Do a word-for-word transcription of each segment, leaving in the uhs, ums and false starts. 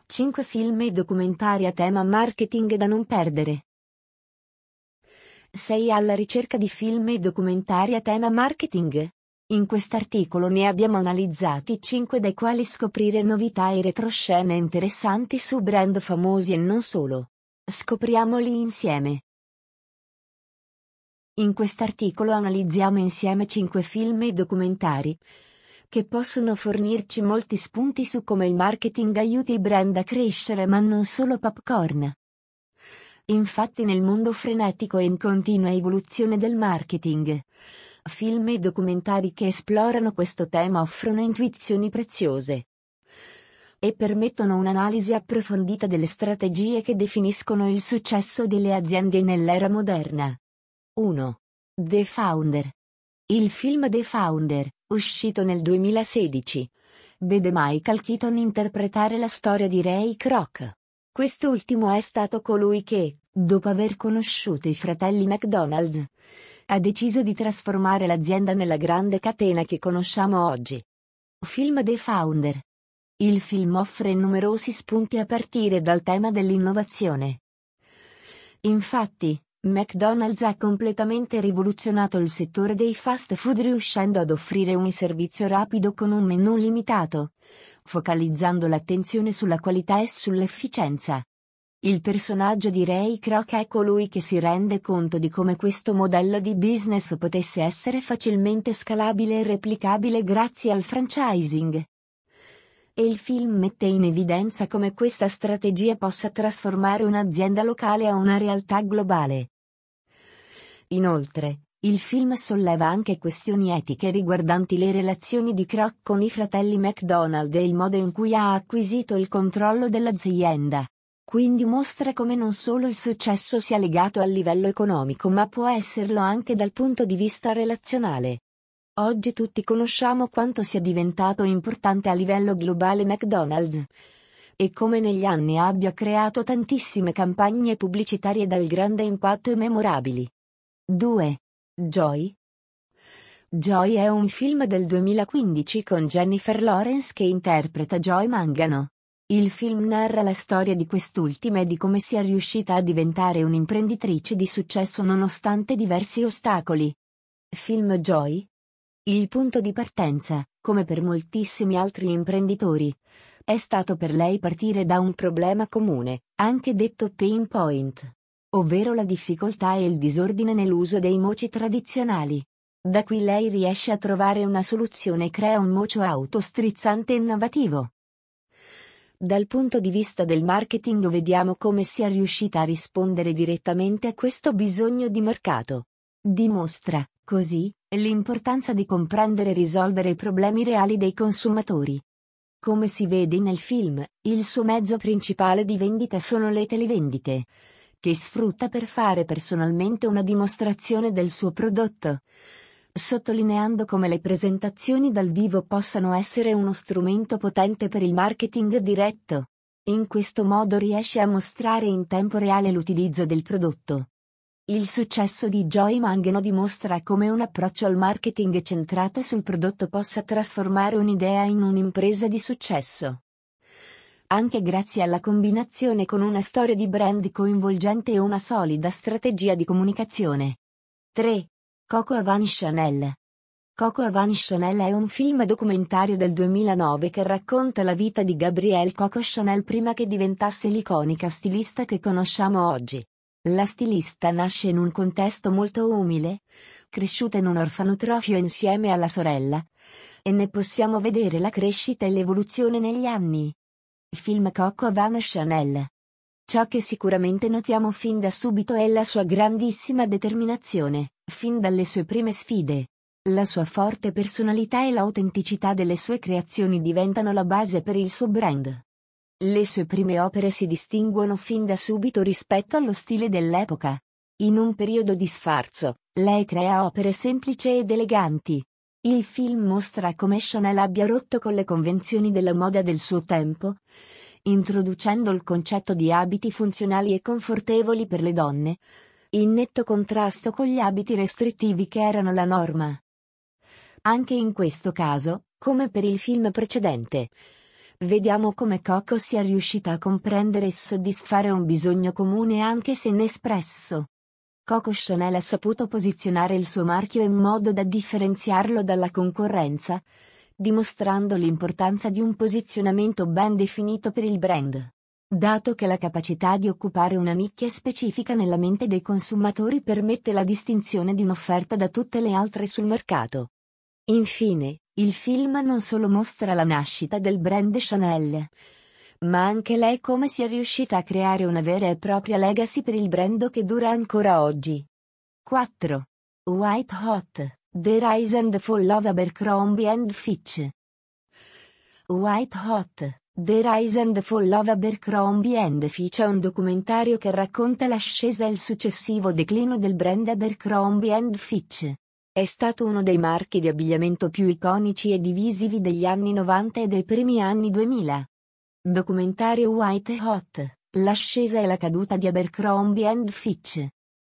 cinque film e documentari a tema marketing da non perdere. Sei alla ricerca di film e documentari a tema marketing? In quest'articolo ne abbiamo analizzati cinque dai quali scoprire novità e retroscene interessanti su brand famosi e non solo. Scopriamoli insieme. In quest'articolo analizziamo insieme cinque film e documentari che possono fornirci molti spunti su come il marketing aiuti i brand a crescere, ma non solo popcorn. Infatti nel mondo frenetico e in continua evoluzione del marketing, film e documentari che esplorano questo tema offrono intuizioni preziose e permettono un'analisi approfondita delle strategie che definiscono il successo delle aziende nell'era moderna. uno. The Founder. Il film The Founder, uscito nel duemilasedici, vede Michael Keaton interpretare la storia di Ray Kroc. Quest'ultimo è stato colui che, dopo aver conosciuto i fratelli McDonald's, ha deciso di trasformare l'azienda nella grande catena che conosciamo oggi. Film The Founder. Il film offre numerosi spunti a partire dal tema dell'innovazione. Infatti, McDonald's ha completamente rivoluzionato il settore dei fast food riuscendo ad offrire un servizio rapido con un menù limitato, focalizzando l'attenzione sulla qualità e sull'efficienza. Il personaggio di Ray Kroc è colui che si rende conto di come questo modello di business potesse essere facilmente scalabile e replicabile grazie al franchising. E il film mette in evidenza come questa strategia possa trasformare un'azienda locale a una realtà globale. Inoltre, il film solleva anche questioni etiche riguardanti le relazioni di Kroc con i fratelli McDonald e il modo in cui ha acquisito il controllo dell'azienda. Quindi mostra come non solo il successo sia legato al livello economico ma può esserlo anche dal punto di vista relazionale. Oggi tutti conosciamo quanto sia diventato importante a livello globale McDonald's e come negli anni abbia creato tantissime campagne pubblicitarie dal grande impatto e memorabili. due. Joy. Joy è un film del duemilaquindici con Jennifer Lawrence che interpreta Joy Mangano. Il film narra la storia di quest'ultima e di come sia riuscita a diventare un'imprenditrice di successo nonostante diversi ostacoli. Film Joy. Il punto di partenza, come per moltissimi altri imprenditori, è stato per lei partire da un problema comune, anche detto pain point, ovvero la difficoltà e il disordine nell'uso dei moci tradizionali. Da qui lei riesce a trovare una soluzione e crea un mocio autostrizzante e innovativo. Dal punto di vista del marketing vediamo come sia riuscita a rispondere direttamente a questo bisogno di mercato. Dimostra, così, l'importanza di comprendere e risolvere i problemi reali dei consumatori. Come si vede nel film, il suo mezzo principale di vendita sono le televendite, che sfrutta per fare personalmente una dimostrazione del suo prodotto, sottolineando come le presentazioni dal vivo possano essere uno strumento potente per il marketing diretto. In questo modo riesce a mostrare in tempo reale l'utilizzo del prodotto. Il successo di Joy Mangano dimostra come un approccio al marketing centrato sul prodotto possa trasformare un'idea in un'impresa di successo. Anche grazie alla combinazione con una storia di brand coinvolgente e una solida strategia di comunicazione. tre. Coco Havani Chanel. Coco Havani Chanel è un film documentario del duemilanove che racconta la vita di Gabrielle Coco Chanel prima che diventasse l'iconica stilista che conosciamo oggi. La stilista nasce in un contesto molto umile, cresciuta in un orfanotrofio insieme alla sorella, e ne possiamo vedere la crescita e l'evoluzione negli anni. Film Coco Havani Chanel. Ciò che sicuramente notiamo fin da subito è la sua grandissima determinazione, fin dalle sue prime sfide. La sua forte personalità e l'autenticità delle sue creazioni diventano la base per il suo brand. Le sue prime opere si distinguono fin da subito rispetto allo stile dell'epoca. In un periodo di sfarzo, lei crea opere semplici ed eleganti. Il film mostra come Chanel abbia rotto con le convenzioni della moda del suo tempo, introducendo il concetto di abiti funzionali e confortevoli per le donne, in netto contrasto con gli abiti restrittivi che erano la norma. Anche in questo caso, come per il film precedente, Vediamo come Coco sia riuscita a comprendere e soddisfare un bisogno comune anche se inespresso. Coco Chanel ha saputo posizionare il suo marchio in modo da differenziarlo dalla concorrenza, dimostrando l'importanza di un posizionamento ben definito per il brand, dato che la capacità di occupare una nicchia specifica nella mente dei consumatori permette la distinzione di un'offerta da tutte le altre sul mercato. Infine, il film non solo mostra la nascita del brand Chanel, ma anche lei come sia riuscita a creare una vera e propria legacy per il brand che dura ancora oggi. quattro. White Hot, The Rise and Fall of Abercrombie and Fitch. White Hot, The Rise and Fall of Abercrombie and Fitch è un documentario che racconta l'ascesa e il successivo declino del brand Abercrombie and Fitch. È stato uno dei marchi di abbigliamento più iconici e divisivi degli anni novanta e dei primi anni duemila. Documentario White Hot, l'ascesa e la caduta di Abercrombie and Fitch.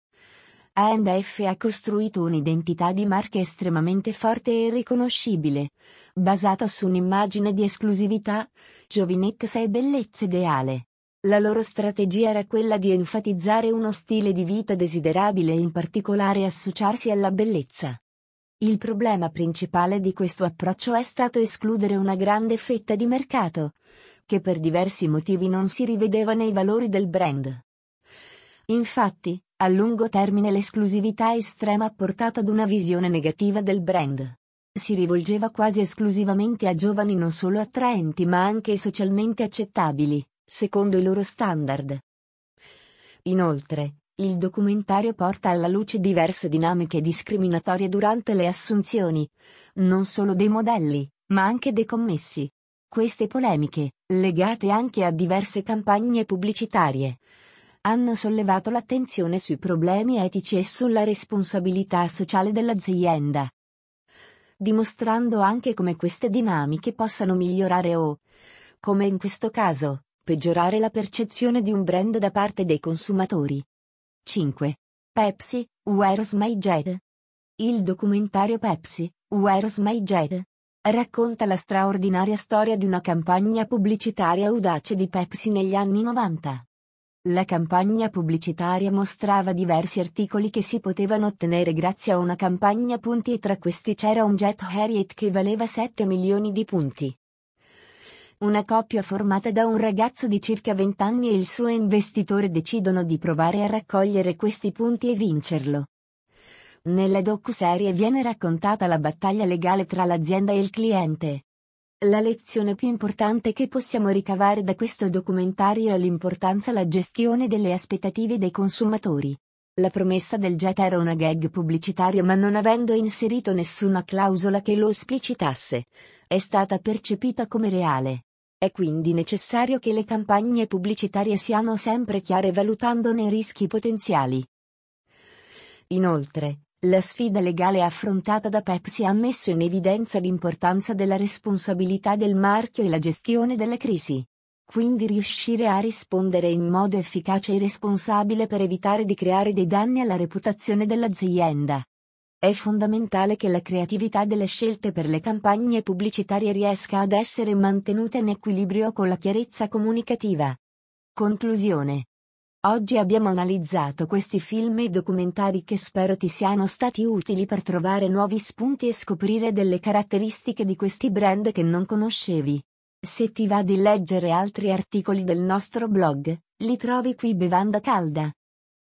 A and F ha costruito un'identità di marca estremamente forte e riconoscibile, basata su un'immagine di esclusività, giovinezza e bellezza ideale. La loro strategia era quella di enfatizzare uno stile di vita desiderabile e in particolare associarsi alla bellezza. Il problema principale di questo approccio è stato escludere una grande fetta di mercato, che per diversi motivi non si rivedeva nei valori del brand. Infatti, a lungo termine l'esclusività estrema ha portato ad una visione negativa del brand. Si rivolgeva quasi esclusivamente a giovani non solo attraenti ma anche socialmente accettabili, secondo i loro standard. Inoltre, il documentario porta alla luce diverse dinamiche discriminatorie durante le assunzioni, non solo dei modelli, ma anche dei commessi. Queste polemiche, legate anche a diverse campagne pubblicitarie, hanno sollevato l'attenzione sui problemi etici e sulla responsabilità sociale dell'azienda, dimostrando anche come queste dinamiche possano migliorare o, come in questo caso, peggiorare la percezione di un brand da parte dei consumatori. cinque. Pepsi, Where's My Jet? Il documentario Pepsi, Where's My Jet? Racconta la straordinaria storia di una campagna pubblicitaria audace di Pepsi negli anni novanta. La campagna pubblicitaria mostrava diversi articoli che si potevano ottenere grazie a una campagna punti e tra questi c'era un jet Harriet che valeva sette milioni di punti. Una coppia formata da un ragazzo di circa venti anni e il suo investitore decidono di provare a raccogliere questi punti e vincerlo. Nella docuserie viene raccontata la battaglia legale tra l'azienda e il cliente. La lezione più importante che possiamo ricavare da questo documentario è l'importanza della gestione delle aspettative dei consumatori. La promessa del jet era una gag pubblicitaria ma non avendo inserito nessuna clausola che lo esplicitasse, è stata percepita come reale. È quindi necessario che le campagne pubblicitarie siano sempre chiare valutandone i rischi potenziali. Inoltre, la sfida legale affrontata da Pepsi ha messo in evidenza l'importanza della responsabilità del marchio e la gestione delle crisi. Quindi riuscire a rispondere in modo efficace e responsabile per evitare di creare dei danni alla reputazione dell'azienda. È fondamentale che la creatività delle scelte per le campagne pubblicitarie riesca ad essere mantenuta in equilibrio con la chiarezza comunicativa. Conclusione. Oggi abbiamo analizzato questi film e documentari che spero ti siano stati utili per trovare nuovi spunti e scoprire delle caratteristiche di questi brand che non conoscevi. Se ti va di leggere altri articoli del nostro blog, li trovi qui Bevanda Calda.